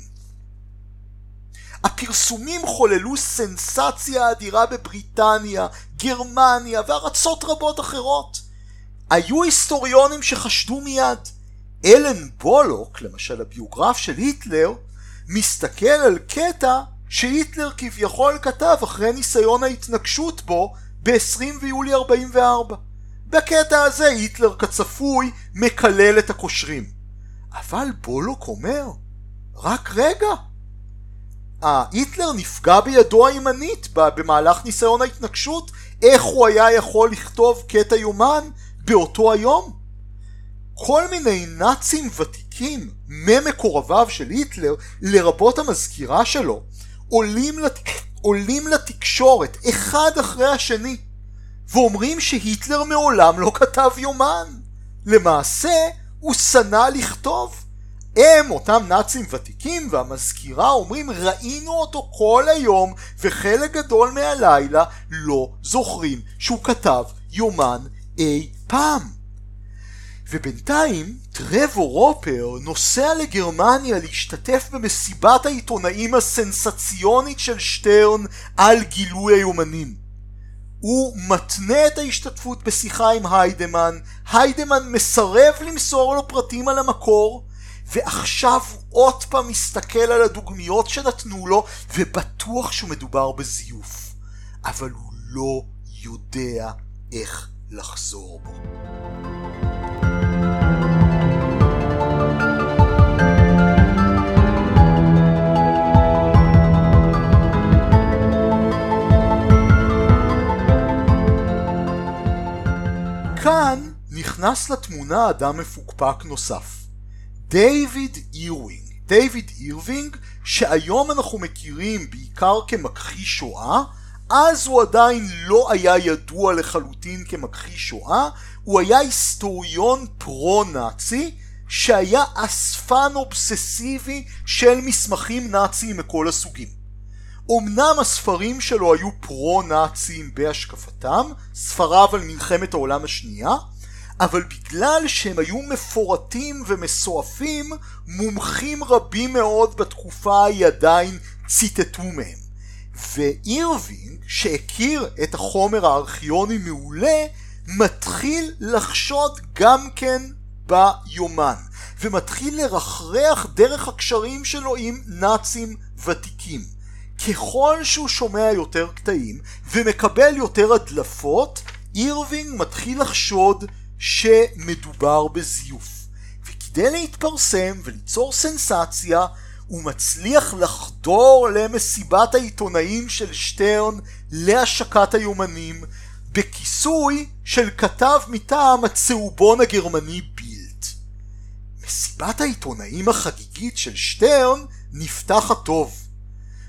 הפרסומים חוללו סנסציה אדירה בבריטניה, גרמניה וארצות רבות אחרות. היו היסטוריונים שחשדו מיד. אלן בולוק, למשל הביוגרף של היטלר, מסתכל על קטע שהיטלר כביכול כתב אחרי ניסיון ההתנגשות בו ב-20 ביולי 44. בקטע הזה היטלר כצפוי מקלל את הקושרים. אבל בולוק אומר, רק רגע. היטלר נפגע בידו הימנית במהלך ניסיון ההתנגשות, איך הוא היה יכול לכתוב קטע יומן באותו היום? כל מיני נאצים ותיקים ממקורביו של היטלר, לרבות המזכירה שלו, עולים לתקשורת אחד אחרי השני, ואומרים שהיטלר מעולם לא כתב יומן. למעשה הוא שנא לכתוב. הם, אותם נאצים ותיקים והמזכירה, אומרים ראינו אותו כל היום וחלק גדול מהלילה לא זוכרים שהוא כתב יומן אי פעם. ובינתיים טרוור רופר נוסע לגרמניה להשתתף במסיבת העיתונאים הסנסציונית של שטרן על גילוי היומנים. הוא מתנה את ההשתתפות בשיחה עם היידמן, היידמן מסרב למסור לו פרטים על המקור, ועכשיו עוד פעם מסתכל על הדוגמיות שנתנו לו ובטוח שהוא מדובר בזיוף, אבל הוא לא יודע איך לחזור בו. כאן נכנס לתמונה אדם מפוקפק נוסף, דיוויד אירווינג. דיוויד אירווינג, שהיום אנחנו מכירים בעיקר כמכחיש שואה, אז הוא עדיין לא היה ידוע לחלוטין כמכחיש שואה, הוא היה היסטוריון פרו-נאצי, שהיה אספן אובססיבי של מסמכים נאציים מכל הסוגים. אמנם הספרים שלו היו פרו-נאציים בהשקפתם, ספריו על מלחמת העולם השנייה, אבל בגלל שהם היו מפורטים ומסועפים, מומחים רבים מאוד בתקופה ההיא עדיין ציטטו מהם. ואירווינג, שהכיר את החומר הארכיוני מעולה, מתחיל לחשוד גם כן ביומן, ומתחיל לרחרח דרך הקשרים שלו עם נאצים ותיקים. ככל שהוא שומע יותר קטעים ומקבל יותר הדלפות, אירווינג מתחיל לחשוד שמדובר בזיוף. וכדי להתפרסם וליצור סנסציה, הוא מצליח לחדור למסיבת העיתונאים של שטרן להשקת היומנים, בכיסוי של כתב מטעם הצהובון הגרמני בילד. מסיבת העיתונאים החגיגית של שטרן נפתחת טוב.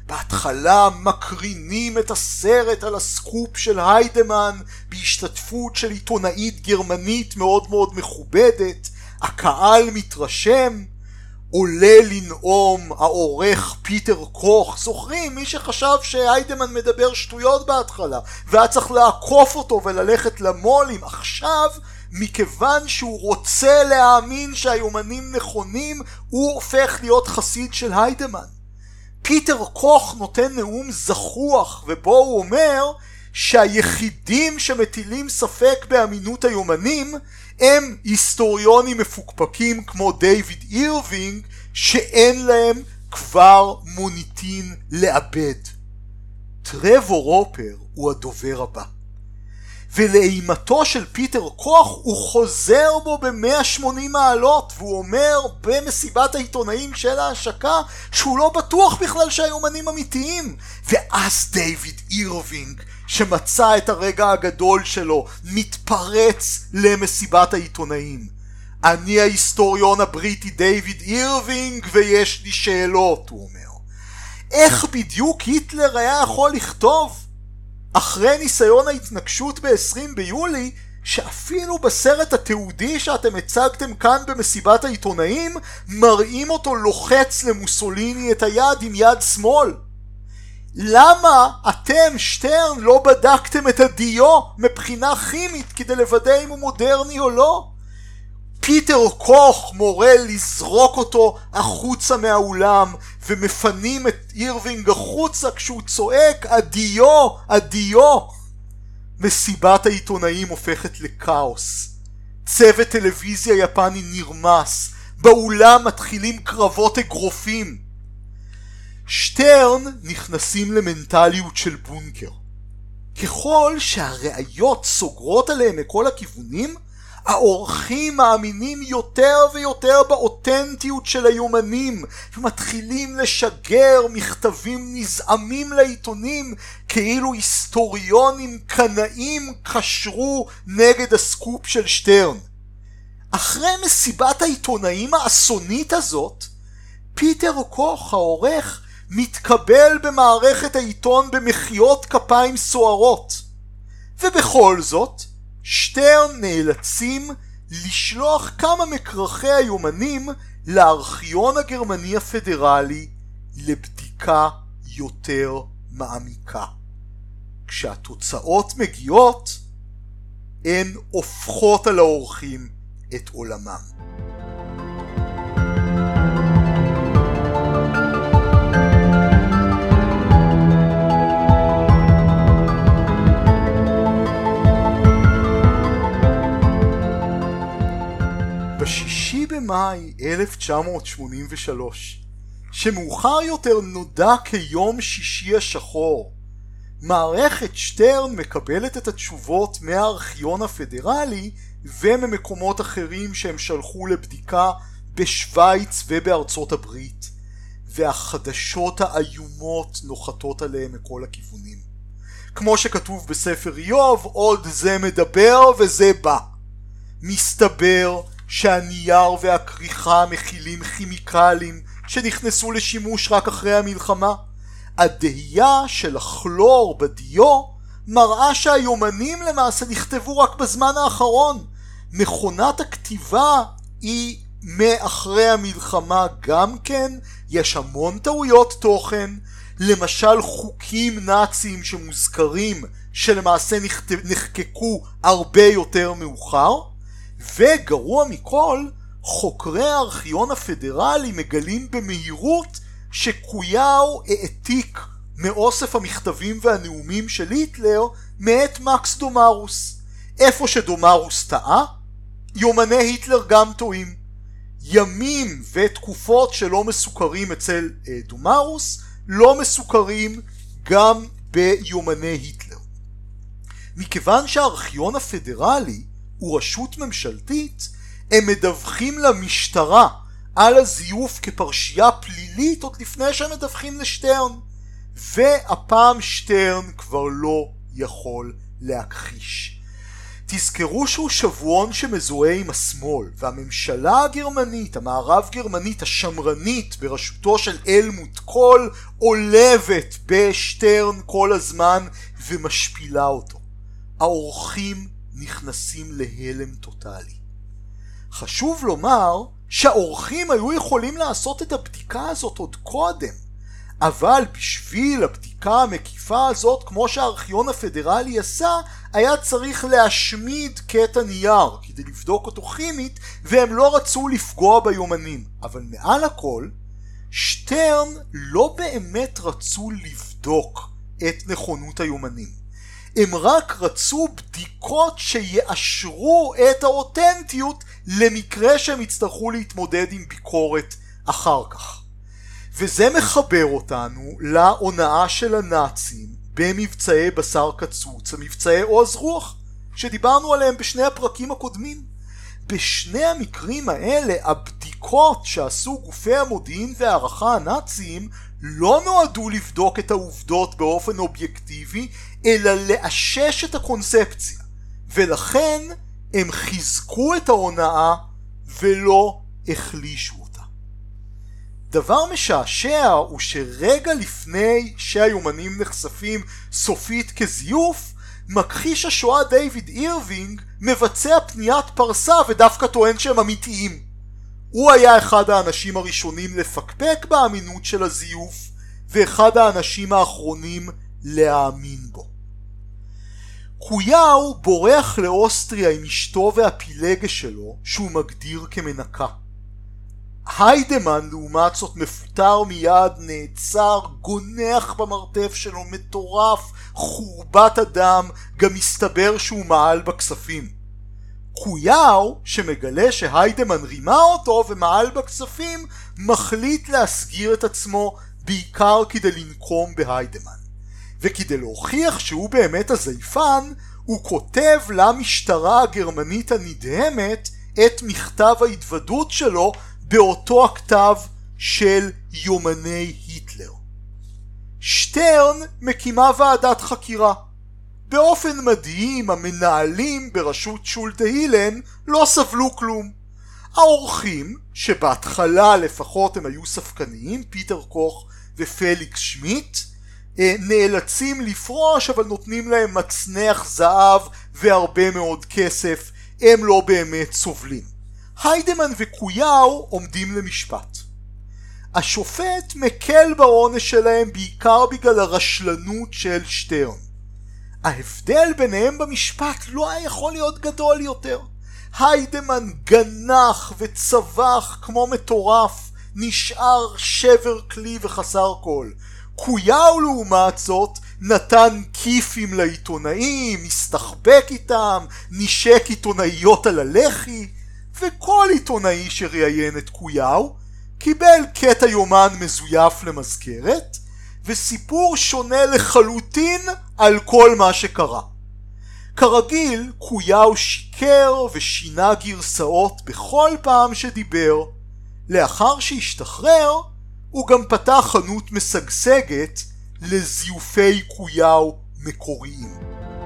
בהתחלה מקרינים את הסרט על הסקופ של היידמן בהשתתפות של עיתונאית גרמנית מאוד מאוד מכובדת, הקהל מתרשם, עולה לנאום העורך פיטר קוך. זוכרים? מי שחשב שהיידמן מדבר שטויות בהתחלה והיה צריך לעקוף אותו וללכת למולים, עכשיו מכיוון שהוא רוצה להאמין שהיומנים נכונים, הוא הופך להיות חסיד של היידמן. פיטר קוך נותן נאום זחוח ובו הוא אומר שהיחידים שמטילים ספק באמינות היומנים הם היסטוריונים מפוקפקים כמו דיוויד אירווינג, שאין להם כבר מוניטין לאבד. טרוור רופר הוא הדובר הבא, ולאימתו של פיטר קוך הוא חוזר בו ב-180 מעלות, והוא אומר במסיבת העיתונאים של ההשקה שהוא לא בטוח בכלל שהיומנים אמיתיים. ואז דיוויד אירווינג, שמצא את הרגע הגדול שלו, מתפרץ למסיבת העיתונאים. אני ההיסטוריון הבריטי דיוויד אירווינג ויש לי שאלות, הוא אומר. איך בדיוק היטלר היה יכול לכתוב אחרי ניסיון ההתנגשות ב-20 ביולי, שאפילו בסרט התיעודי שאתם הצגתם כאן במסיבת העיתונאים, מראים אותו לוחץ למוסוליני את היד עם יד שמאל? למה אתם, שטרן, לא בדקתם את הדיו מבחינה כימית כדי לוודא אם הוא מודרני או לא? פיטר קוך מורה לזרוק אותו החוצה מהאולם, ומפנים את אירווינג החוצה כשהוא צועק הדיו, הדיו. מסיבת העיתונאים הופכת לקאוס. צוות טלוויזיה יפני נרמס, באולם מתחילים קרבות אגרופים. שטרן נכנסים למנטליות של בונקר. ככל שהראיות סוגרות עליהם מכל הכיוונים, האורחים מאמינים יותר ויותר באותנטיות של היומנים, ומתחילים לשגר מכתבים נזעמים לעיתונים כאילו היסטוריונים קנאים קשרו נגד הסקופ של שטרן. אחרי מסיבת העיתונאים האסונית הזאת, פיטר קוך העורך מתקבל במערכת העיתון במחיאות כפיים סוערות, ובכל זאת שטרן נאלצים לשלוח כמה מקרחי היומנים לארכיון הגרמני הפדרלי לבדיקה יותר מעמיקה. כשהתוצאות מגיעות, הן הופכות על האורחים את עולמם. ב-6 במאי 1983, שמאוחר יותר נודע כיום שישי השחור, מערכת שטרן מקבלת את התשובות מהארכיון הפדרלי וממקומות אחרים שהם שלחו לבדיקה בשוויץ ובארצות הברית, והחדשות האיומות נוחתות עליהם מכל הכיוונים. כמו שכתוב בספר איוב, עוד זה מדבר וזה בא. מסתבר שהנייר והכריכה מכילים כימיקלים שנכנסו לשימוש רק אחרי המלחמה. הדהייה של הכלור בדיו מראה שהיומנים למעשה נכתבו רק בזמן האחרון. מכונת הכתיבה היא מאחרי המלחמה גם כן, יש המון טעויות תוכן, למשל חוקים נאציים שמוזכרים שלמעשה נחקקו הרבה יותר מאוחר, וגרוע מכל, חוקרי הארכיון הפדרלי מגלים במהירות שקויאו העתיק מאוסף המכתבים והנאומים של היטלר מאת מקס דומרוס. איפה שדומרוס טעה, יומני היטלר גם טועים. ימים ותקופות שלא מסוכרים אצל דומרוס לא מסוכרים גם ביומני היטלר. מכיוון שהארכיון הפדרלי הוא רשות ממשלתית, הם מדווחים למשטרה על הזיוף כפרשייה פלילית עוד לפני שהם מדווחים לשטרן, והפעם שטרן כבר לא יכול להכחיש. תזכרו שהוא שבועון שמזוהה עם השמאל, והממשלה הגרמנית, המערב גרמנית השמרנית בראשותו של אלמוט קול, עולבת בשטרן כל הזמן ומשפילה אותו. האורחים נכנסים להלם טוטלי. חשוב לומר שהאורחים היו יכולים לעשות את הבדיקה הזאת עוד קודם, אבל בשביל הבדיקה המקיפה הזאת, כמו שהארכיון הפדרלי עשה, היה צריך להשמיד קטע נייר כדי לבדוק אותו כימית, והם לא רצו לפגוע ביומנים. אבל מעל הכל, שטרן לא באמת רצו לבדוק את נכונות היומנים. הם רק רצו בדיקות שיאשרו את האותנטיות למקרה שהם יצטרכו להתמודד עם ביקורת אחר כך. וזה מחבר אותנו להונאה של הנאצים במבצעי בשר קצוץ, המבצעי עוז רוח, שדיברנו עליהם בשני הפרקים הקודמים. בשני המקרים האלה הבדיקות שעשו גופי המודיעין והערכה הנאציים לא נועדו לבדוק את העובדות באופן אובייקטיבי, אלא לאשש את הקונספציה, ולכן הם חיזקו את ההונאה ולא החלישו אותה. דבר משעשע הוא שרגע לפני שהיומנים נחשפים סופית כזיוף, מכחיש השואה דיוויד אירווינג מבצע פניית פרסה ודווקא טוען שהם אמיתיים. הוא היה אחד האנשים הראשונים לפקפק באמינות של הזיוף, ואחד האנשים האחרונים להאמין בו. קויאו בורח לאוסטריה עם אשתו והפילגה שלו, שהוא מגדיר כמנקה. היידמן לעומת זאת מפוטר מיד, נעצר, גונח במרתף שלו, מטורף, חורבת אדם, גם מסתבר שהוא מעל בכספים. קויאו, שמגלה שהיידמן רימה אותו ומעל בכספים, מחליט להסגיר את עצמו בעיקר כדי לנקום בהיידמן. וכדי להוכיח שהוא באמת הזייפן, הוא כותב למשטרה הגרמנית הנדהמת את מכתב ההתוודות שלו באותו הכתב של יומני היטלר. שטרן מקימה ועדת חקירה. באופן מדהים המנהלים בראשות שולטה הילן לא סבלו כלום. האורחים, שבהתחלה לפחות הם היו ספקניים, פיטר קוך ופליקס שמיט, נאלצים לפרוש, אבל נותנים להם מצנח זהב והרבה מאוד כסף, הם לא באמת סובלים. היידמן וקויאו עומדים למשפט. השופט מקל בעונש שלהם בעיקר בגלל הרשלנות של שטרן. ההבדל ביניהם במשפט לא היה יכול להיות גדול יותר. היידמן גנח וצבח כמו מטורף, נשאר שבר כלי וחסר כל. קויאו לעומת זאת נתן כיפים לעיתונאים, הסתחבק איתם, נשק עיתונאיות על הלחי, וכל עיתונאי שראיין את קויאו קיבל קטע יומן מזויף למזכרת, וסיפור שונה לחלוטין על כל מה שקרה. כרגיל, קויאו שיקר ושינה גרסאות בכל פעם שדיבר. לאחר שהשתחרר, הוא גם פתח חנות משגשגת לזיופי קויאו מקוריים.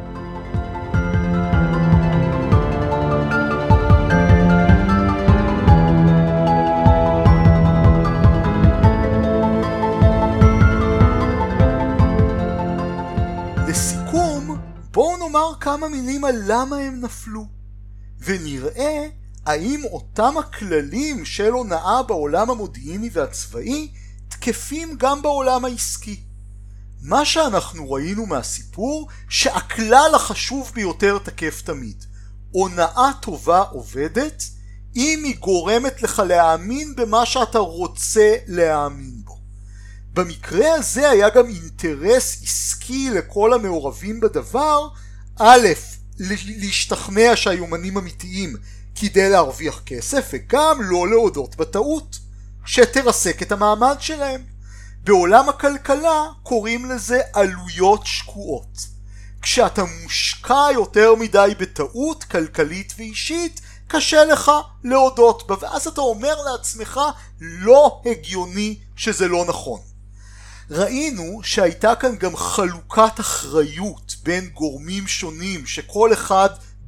לסיכום, בואו נאמר כמה מילים על למה הם נפלו, ונראה האם אותם הכללים של הונאה בעולם המודיעיני והצבאי תקפים גם בעולם העסקי. מה שאנחנו ראינו מהסיפור, שהכלל החשוב ביותר תקף תמיד. הונאה טובה עובדת אם היא גורמת לך להאמין במה שאתה רוצה להאמין בו. במקרה הזה היה גם אינטרס עסקי לכל המעורבים בדבר, א', להשתכנע שהיומנים אמיתיים כדי להרוויח כסף, וגם לא להודות בטעות שתרסק את המעמד שלהם. בעולם הכלכלה קוראים לזה עלויות שקועות. כשאתה מושקע יותר מדי בטעות כלכלית ואישית, קשה לך להודות בה, ואז אתה אומר לעצמך לא הגיוני שזה לא נכון. ראינו שהייתה כאן גם חלוקת אחריות בין גורמים שונים, שכל אחד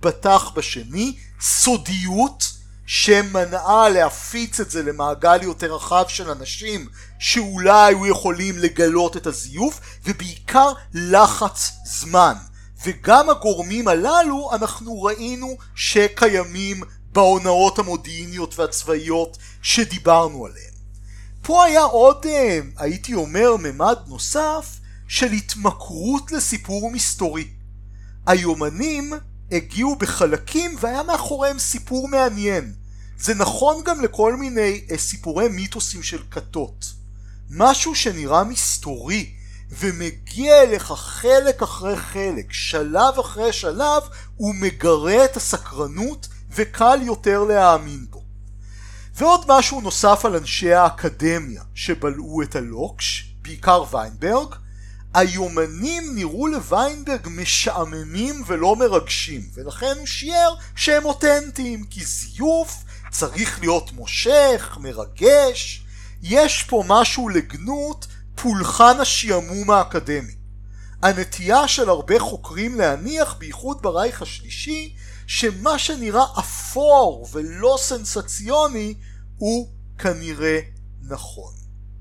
בטח בשני, סודיות שמנעה להפיץ את זה למעגל יותר רחב של אנשים שאולי היו יכולים לגלות את הזיוף, ובעיקר לחץ זמן. וגם הגורמים הללו אנחנו ראינו שקיימים בהונאות המודיעיניות והצבאיות שדיברנו עליהן. פה היה עוד, הייתי אומר, ממד נוסף של התמכרות לסיפור מסתורי. היומנים הגיעו בחלקים והיה מאחוריהם סיפור מעניין. זה נכון גם לכל מיני סיפורי מיתוסים של כתות. משהו שנראה מסתורי ומגיע אליך חלק אחרי חלק, שלב אחרי שלב, הוא מגרה את הסקרנות וקל יותר להאמין בו. ועוד משהו נוסף על אנשי האקדמיה שבלעו את הלוקש, בעיקר ויינברג, היומנים נראו לוויינברג משעממים ולא מרגשים, ולכן הוא שיער שהם אותנטיים, כי זיוף צריך להיות מושך, מרגש. יש פה משהו לגנות פולחן השעמום האקדמי. הנטייה של הרבה חוקרים להניח, בייחוד ברייך השלישי, שמה שנראה אפור ולא סנסציוני הוא כנראה נכון.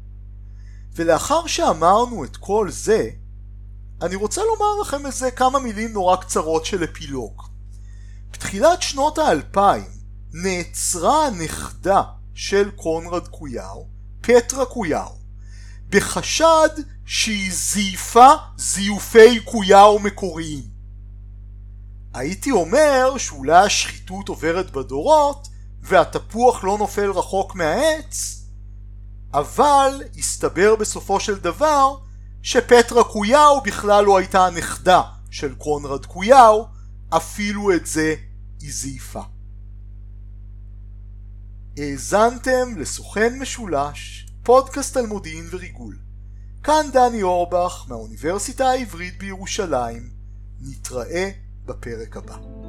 ולאחר שאמרנו את כל זה, אני רוצה לומר לכם איזה כמה מילים נורא קצרות של אפילוג. בתחילת שנות ה-2000 נעצרה הנכדה של קונרד קויאו, פטרה קויאו, בחשד שהיא זייפה זיופי קויאו מקוריים. הייתי אומר שאולי השחיתות עוברת בדורות והתפוח לא נופל רחוק מהעץ, אבל הסתבר בסופו של דבר שפטרה קויאו בכלל לא הייתה הנכדה של קונרד קויאו, אפילו את זה היא זייפה. האזנתם לסוכן משולש, פודקאסט על מודיעין וריגול. כאן דני אורבך מהאוניברסיטה העברית בירושלים. נתראה בפרק הבא.